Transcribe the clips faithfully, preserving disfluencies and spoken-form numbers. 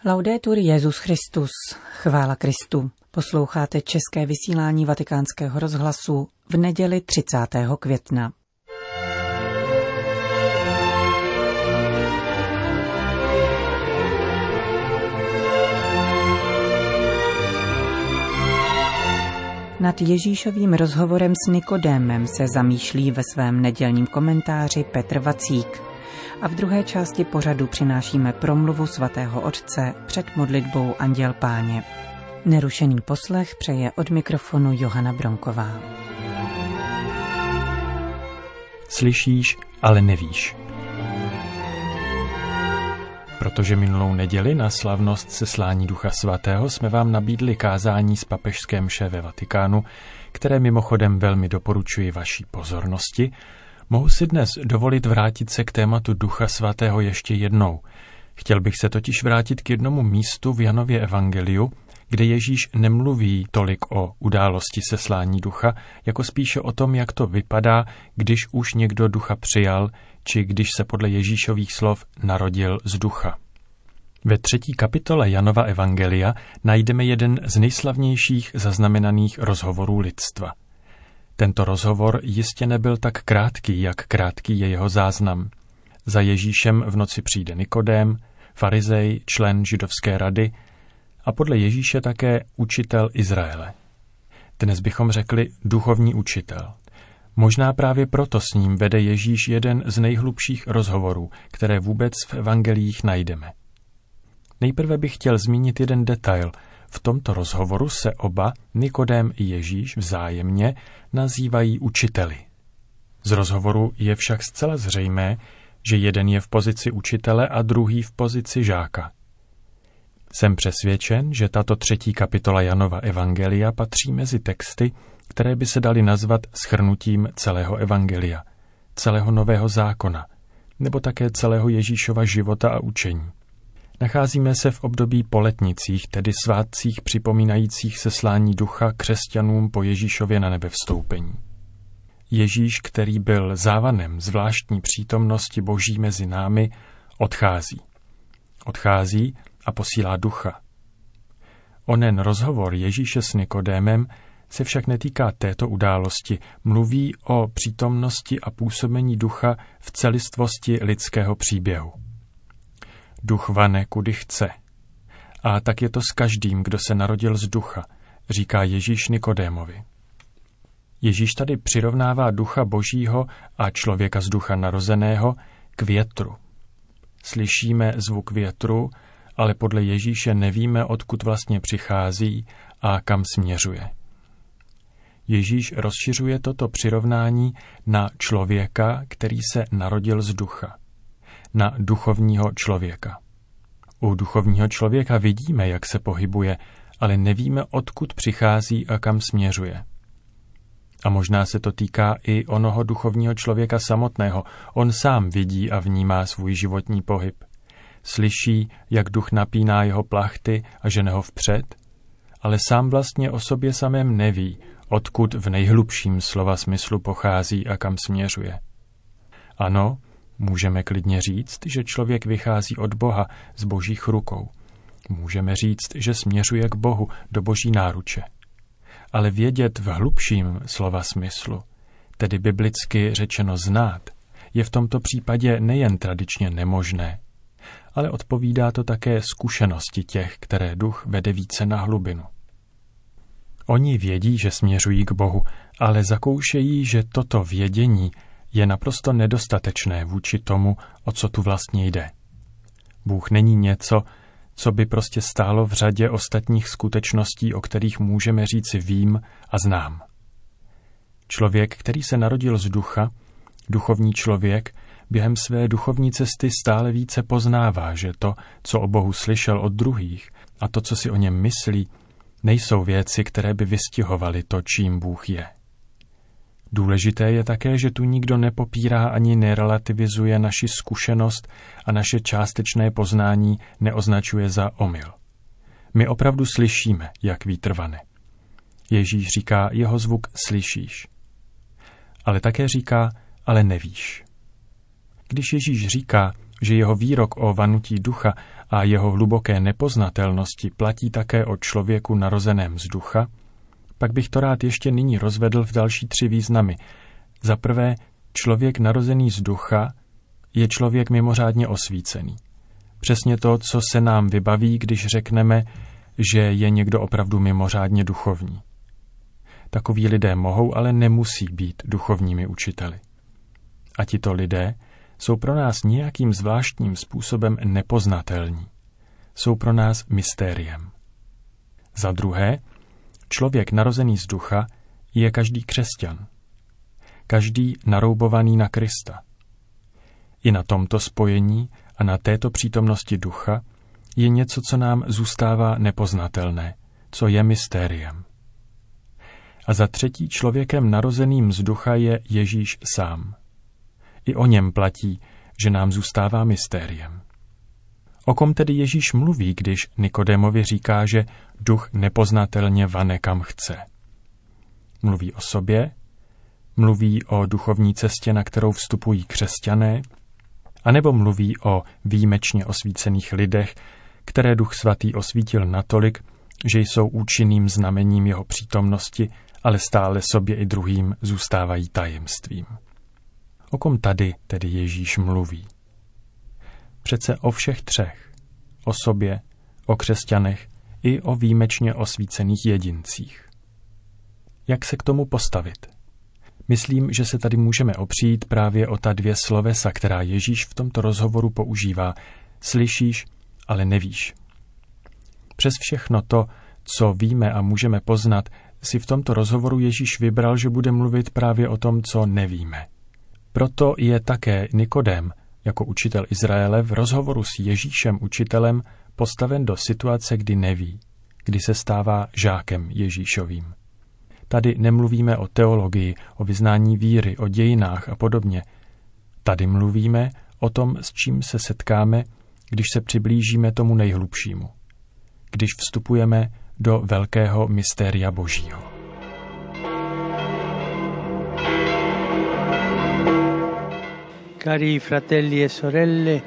Laudetur Jesus Christus, chvála Kristu. Posloucháte české vysílání Vatikánského rozhlasu v neděli třicátého května. Nad Ježíšovým rozhovorem s Nikodémem se zamýšlí ve svém nedělním komentáři Petr Vacík. A v druhé části pořadu přinášíme promluvu svatého otce před modlitbou Anděl Páně. Nerušený poslech přeje od mikrofonu Johana Bronková. Slyšíš, ale nevíš. Protože minulou neděli na slavnost seslání Ducha Svatého jsme vám nabídli kázání z papežské mše ve Vatikánu, které mimochodem velmi doporučuji vaší pozornosti, mohu si dnes dovolit vrátit se k tématu Ducha Svatého ještě jednou. Chtěl bych se totiž vrátit k jednomu místu v Janově evangeliu, kde Ježíš nemluví tolik o události seslání ducha, jako spíše o tom, jak to vypadá, když už někdo ducha přijal, či když se podle Ježíšových slov narodil z ducha. Ve třetí kapitole Janova evangelia najdeme jeden z nejslavnějších zaznamenaných rozhovorů lidstva. Tento rozhovor jistě nebyl tak krátký, jak krátký je jeho záznam. Za Ježíšem v noci přijde Nikodém, farizej, člen židovské rady a podle Ježíše také učitel Izraele. Dnes bychom řekli duchovní učitel. Možná právě proto s ním vede Ježíš jeden z nejhlubších rozhovorů, které vůbec v evangelích najdeme. Nejprve bych chtěl zmínit jeden detail. V tomto rozhovoru se oba, Nikodém i Ježíš, vzájemně nazývají učiteli. Z rozhovoru je však zcela zřejmé, že jeden je v pozici učitele a druhý v pozici žáka. Jsem přesvědčen, že tato třetí kapitola Janova evangelia patří mezi texty, které by se daly nazvat shrnutím celého evangelia, celého Nového zákona, nebo také celého Ježíšova života a učení. Nacházíme se v období po letnicích, tedy svátcích připomínajících seslání ducha křesťanům po Ježíšově na nebe vstoupení. Ježíš, který byl závanem zvláštní přítomnosti Boží mezi námi, odchází. Odchází a posílá ducha. Onen rozhovor Ježíše s Nikodémem se však netýká této události, mluví o přítomnosti a působení ducha v celistvosti lidského příběhu. Duch vane, kudy chce. A tak je to s každým, kdo se narodil z ducha, říká Ježíš Nikodémovi. Ježíš tady přirovnává ducha Božího a člověka z ducha narozeného k větru. Slyšíme zvuk větru, ale podle Ježíše nevíme, odkud vlastně přichází a kam směřuje. Ježíš rozšiřuje toto přirovnání na člověka, který se narodil z ducha. Na duchovního člověka. U duchovního člověka vidíme, jak se pohybuje, ale nevíme, odkud přichází a kam směřuje. A možná se to týká i onoho duchovního člověka samotného. On sám vidí a vnímá svůj životní pohyb. Slyší, jak duch napíná jeho plachty a žene ho vpřed, ale sám vlastně o sobě samém neví, odkud v nejhlubším slova smyslu pochází a kam směřuje. Ano, můžeme klidně říct, že člověk vychází od Boha z Božích rukou. Můžeme říct, že směřuje k Bohu do Boží náruče. Ale vědět v hlubším slova smyslu, tedy biblicky řečeno znát, je v tomto případě nejen tradičně nemožné, ale odpovídá to také zkušenosti těch, které duch vede více na hlubinu. Oni vědí, že směřují k Bohu, ale zakoušejí, že toto vědění je naprosto nedostatečné vůči tomu, o co tu vlastně jde. Bůh není něco, co by prostě stálo v řadě ostatních skutečností, o kterých můžeme říci vím a znám. Člověk, který se narodil z ducha, duchovní člověk, během své duchovní cesty stále více poznává, že to, co o Bohu slyšel od druhých a to, co si o něm myslí, nejsou věci, které by vystihovaly to, čím Bůh je. Důležité je také, že tu nikdo nepopírá ani nerelativizuje naši zkušenost a naše částečné poznání neoznačuje za omyl. My opravdu slyšíme, jak vítr vane. Ježíš říká, jeho zvuk slyšíš. Ale také říká, ale nevíš. Když Ježíš říká, že jeho výrok o vanutí ducha a jeho hluboké nepoznatelnosti platí také o člověku narozeném z ducha, pak bych to rád ještě nyní rozvedl v další tři významy. Za prvé, člověk narozený z ducha je člověk mimořádně osvícený. Přesně to, co se nám vybaví, když řekneme, že je někdo opravdu mimořádně duchovní. Takoví lidé mohou, ale nemusí být duchovními učiteli. A tito lidé jsou pro nás nějakým zvláštním způsobem nepoznatelní. Jsou pro nás mystériem. Za druhé, člověk narozený z ducha je každý křesťan. Každý naroubovaný na Krista. I na tomto spojení a na této přítomnosti ducha je něco, co nám zůstává nepoznatelné, co je mystériem. A za třetí, člověkem narozeným z ducha je Ježíš sám. I o něm platí, že nám zůstává mystériem. O kom tedy Ježíš mluví, když Nikodémovi říká, že duch nepoznatelně vane kam chce? Mluví o sobě, mluví o duchovní cestě, na kterou vstupují křesťané, anebo mluví o výjimečně osvícených lidech, které Duch Svatý osvítil natolik, že jsou účinným znamením jeho přítomnosti, ale stále sobě i druhým zůstávají tajemstvím. O kom tady tedy Ježíš mluví? Přece o všech třech. O sobě, o křesťanech i o výjimečně osvícených jedincích. Jak se k tomu postavit? Myslím, že se tady můžeme opřít právě o ta dvě slovesa, která Ježíš v tomto rozhovoru používá. Slyšíš, ale nevíš. Přes všechno to, co víme a můžeme poznat, si v tomto rozhovoru Ježíš vybral, že bude mluvit právě o tom, co nevíme. Proto je také Nikodém, jako učitel Izraele, v rozhovoru s Ježíšem učitelem postaven do situace, kdy neví, kdy se stává žákem Ježíšovým. Tady nemluvíme o teologii, o vyznání víry, o dějinách a podobně. Tady mluvíme o tom, s čím se setkáme, když se přiblížíme tomu nejhlubšímu. Když vstupujeme do velkého mystéria Božího. Cari fratelli e sorelle,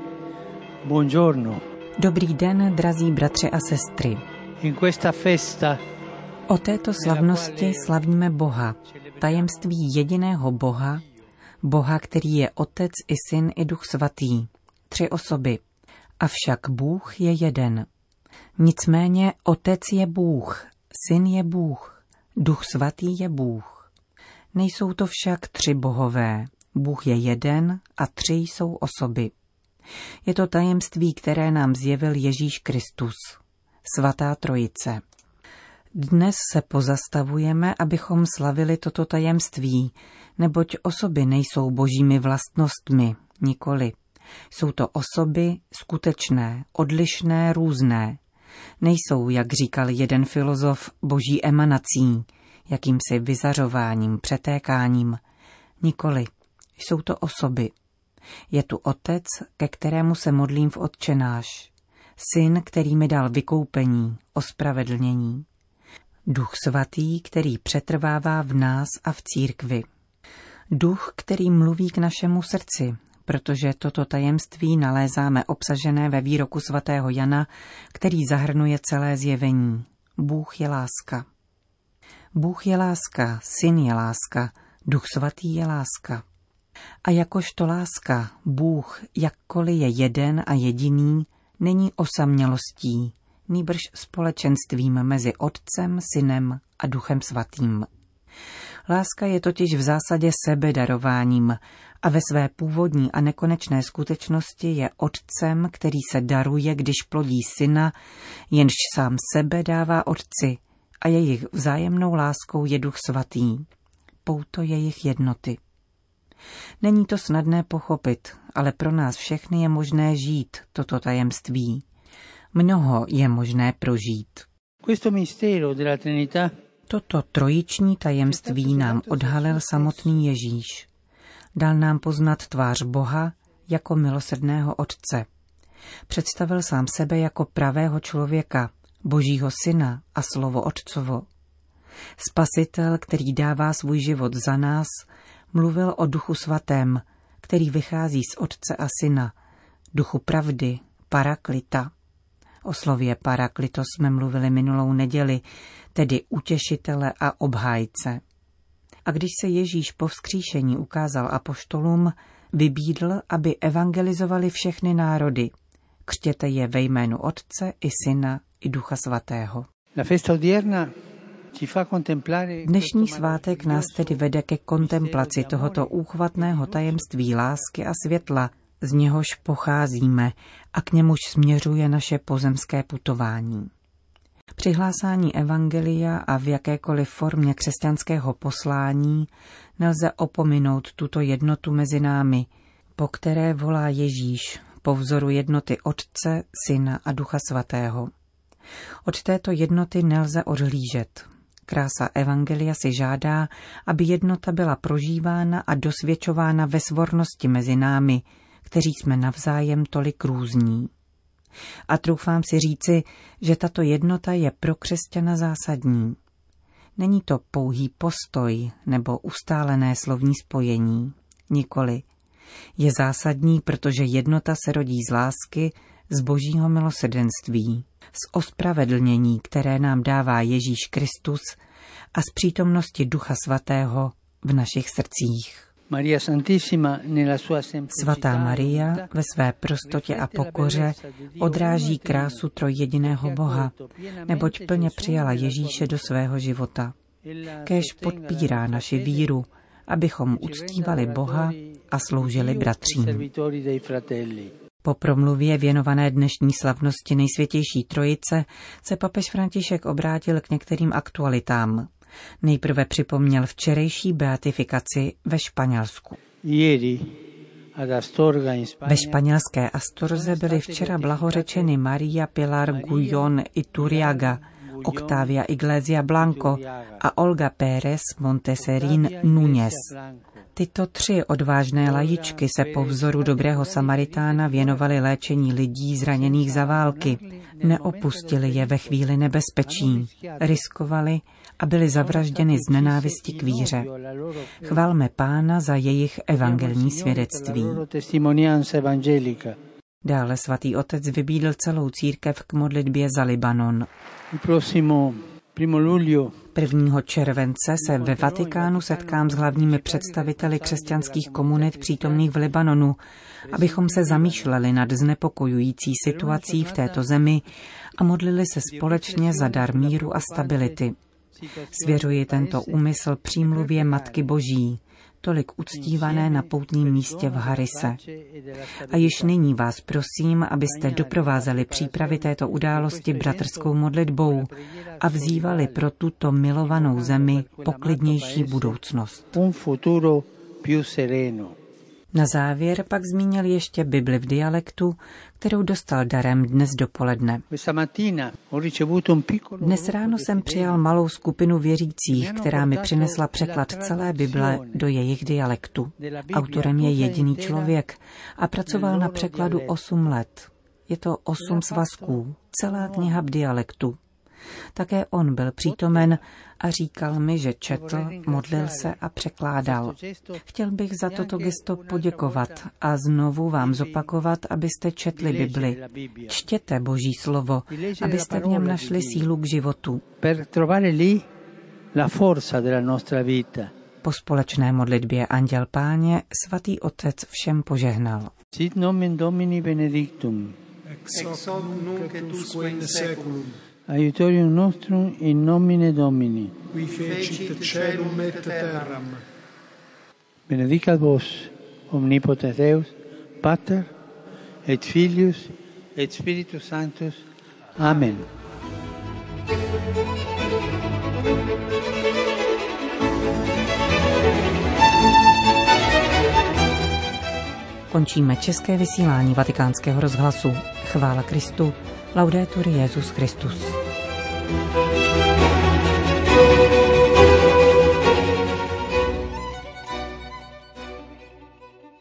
buongiorno. Dobrý den, drazí bratři a sestry. In questa festa O této slavnosti slavíme Boha, tajemství jediného Boha, Boha, který je Otec i Syn i Duch Svatý, tři osoby. Avšak Bůh je jeden. Nicméně Otec je Bůh, Syn je Bůh, Duch Svatý je Bůh. Nejsou to však tři bohové. Bůh je jeden a tři jsou osoby. Je to tajemství, které nám zjevil Ježíš Kristus, Svatá Trojice. Dnes se pozastavujeme, abychom slavili toto tajemství, neboť osoby nejsou božími vlastnostmi, nikoli. Jsou to osoby skutečné, odlišné, různé. Nejsou, jak říkal jeden filozof, boží emanací, jakýmsi vyzařováním, přetékáním. Nikoli. Jsou to osoby. Je tu Otec, ke kterému se modlím v Otčenáš. Syn, který mi dal vykoupení, ospravedlnění. Duch Svatý, který přetrvává v nás a v církvi. Duch, který mluví k našemu srdci, protože toto tajemství nalézáme obsažené ve výroku svatého Jana, který zahrnuje celé zjevení. Bůh je láska. Bůh je láska, Syn je láska, Duch Svatý je láska. A jakožto láska, Bůh, jakkoliv je jeden a jediný, není osamělostí, nýbrž společenstvím mezi Otcem, Synem a Duchem Svatým. Láska je totiž v zásadě sebedarováním a ve své původní a nekonečné skutečnosti je Otcem, který se daruje, když plodí Syna, jenž sám sebe dává Otci a jejich vzájemnou láskou je Duch Svatý. Pouto jejich jednoty. Není to snadné pochopit, ale pro nás všechny je možné žít toto tajemství. Mnoho je možné prožít. Toto trojiční tajemství nám odhalil samotný Ježíš. Dal nám poznat tvář Boha jako milosrdného Otce. Představil sám sebe jako pravého člověka, Božího Syna a slovo Otcovo. Spasitel, který dává svůj život za nás, mluvil o Duchu Svatém, který vychází z Otce a Syna, Duchu pravdy, Paraklita. O slově paraklitos jsme mluvili minulou neděli, tedy utěšitele a obhájce. A když se Ježíš po vzkříšení ukázal apoštolům, vybídl, aby evangelizovali všechny národy. Křtěte je ve jménu Otce i Syna i Ducha Svatého. Dnešní svátek nás tedy vede ke kontemplaci tohoto úchvatného tajemství lásky a světla, z něhož pocházíme a k němuž směřuje naše pozemské putování. Při hlásání evangelia a v jakékoliv formě křesťanského poslání nelze opominout tuto jednotu mezi námi, po které volá Ježíš, po vzoru jednoty Otce, Syna a Ducha Svatého. Od této jednoty nelze odhlížet. Krása evangelia si žádá, aby jednota byla prožívána a dosvědčována ve svornosti mezi námi, kteří jsme navzájem tolik různí. A troufám si říci, že tato jednota je pro křesťana zásadní. Není to pouhý postoj nebo ustálené slovní spojení. Nikoli. Je zásadní, protože jednota se rodí z lásky, z božího milosrdenství, z ospravedlnění, které nám dává Ježíš Kristus a z přítomnosti Ducha Svatého v našich srdcích. Svatá Maria ve své prostotě a pokoře odráží krásu trojjediného Boha, neboť plně přijala Ježíše do svého života. Kéž podpírá naši víru, abychom uctívali Boha a sloužili bratřím. Po promluvě věnované dnešní slavnosti Nejsvětější Trojice se papež František obrátil k některým aktualitám. Nejprve připomněl včerejší beatifikaci ve Španělsku. Ve španělské Astorze byly včera blahořečeny María Pilar Gullón Iturriaga, Octavia Iglesia Blanco a Olga Pérez Monteserín Núñez. Tyto tři odvážné lajičky se po vzoru dobrého Samaritána věnovaly léčení lidí zraněných za války. Neopustili je ve chvíli nebezpečí. Riskovali a byli zavražděni z nenávisti k víře. Chvalme Pána za jejich evangelní svědectví. Dále svatý otec vybídl celou církev k modlitbě za Libanon. prvního července se ve Vatikánu setkám s hlavními představiteli křesťanských komunit přítomných v Libanonu, abychom se zamýšleli nad znepokojující situací v této zemi a modlili se společně za dar míru a stability. Svěřuji tento úmysl přímluvě Matky Boží, tolik uctívané na poutním místě v Harise. A již nyní vás prosím, abyste doprovázeli přípravy této události bratrskou modlitbou a vzývali pro tuto milovanou zemi poklidnější budoucnost. Na závěr pak zmínil ještě Bibli v dialektu, kterou dostal darem dnes dopoledne. Dnes ráno jsem přijal malou skupinu věřících, která mi přinesla překlad celé Bible do jejich dialektu. Autorem je jediný člověk a pracoval na překladu osm let. Je to osm svazků, celá kniha v dialektu. Také on byl přítomen a říkal mi, že četl, modlil se a překládal. Chtěl bych za toto gesto poděkovat a znovu vám zopakovat, abyste četli Bibli. Čtěte Boží slovo, abyste v něm našli sílu k životu. Po společné modlitbě Anděl Páně svatý otec všem požehnal. Sit nomen Domini benedictum. Ex hoc nunc et usque in seculum. Aiutorium nostrum in nomine Domini. Qui fecit caelum et terram. Benedicat vos, omnipotens Deus, Pater, et Filius, et Spiritus Sanctus. Amen. Končíme české vysílání Vatikánského rozhlasu. Chvála Kristu. Laudetur Jesus Christus.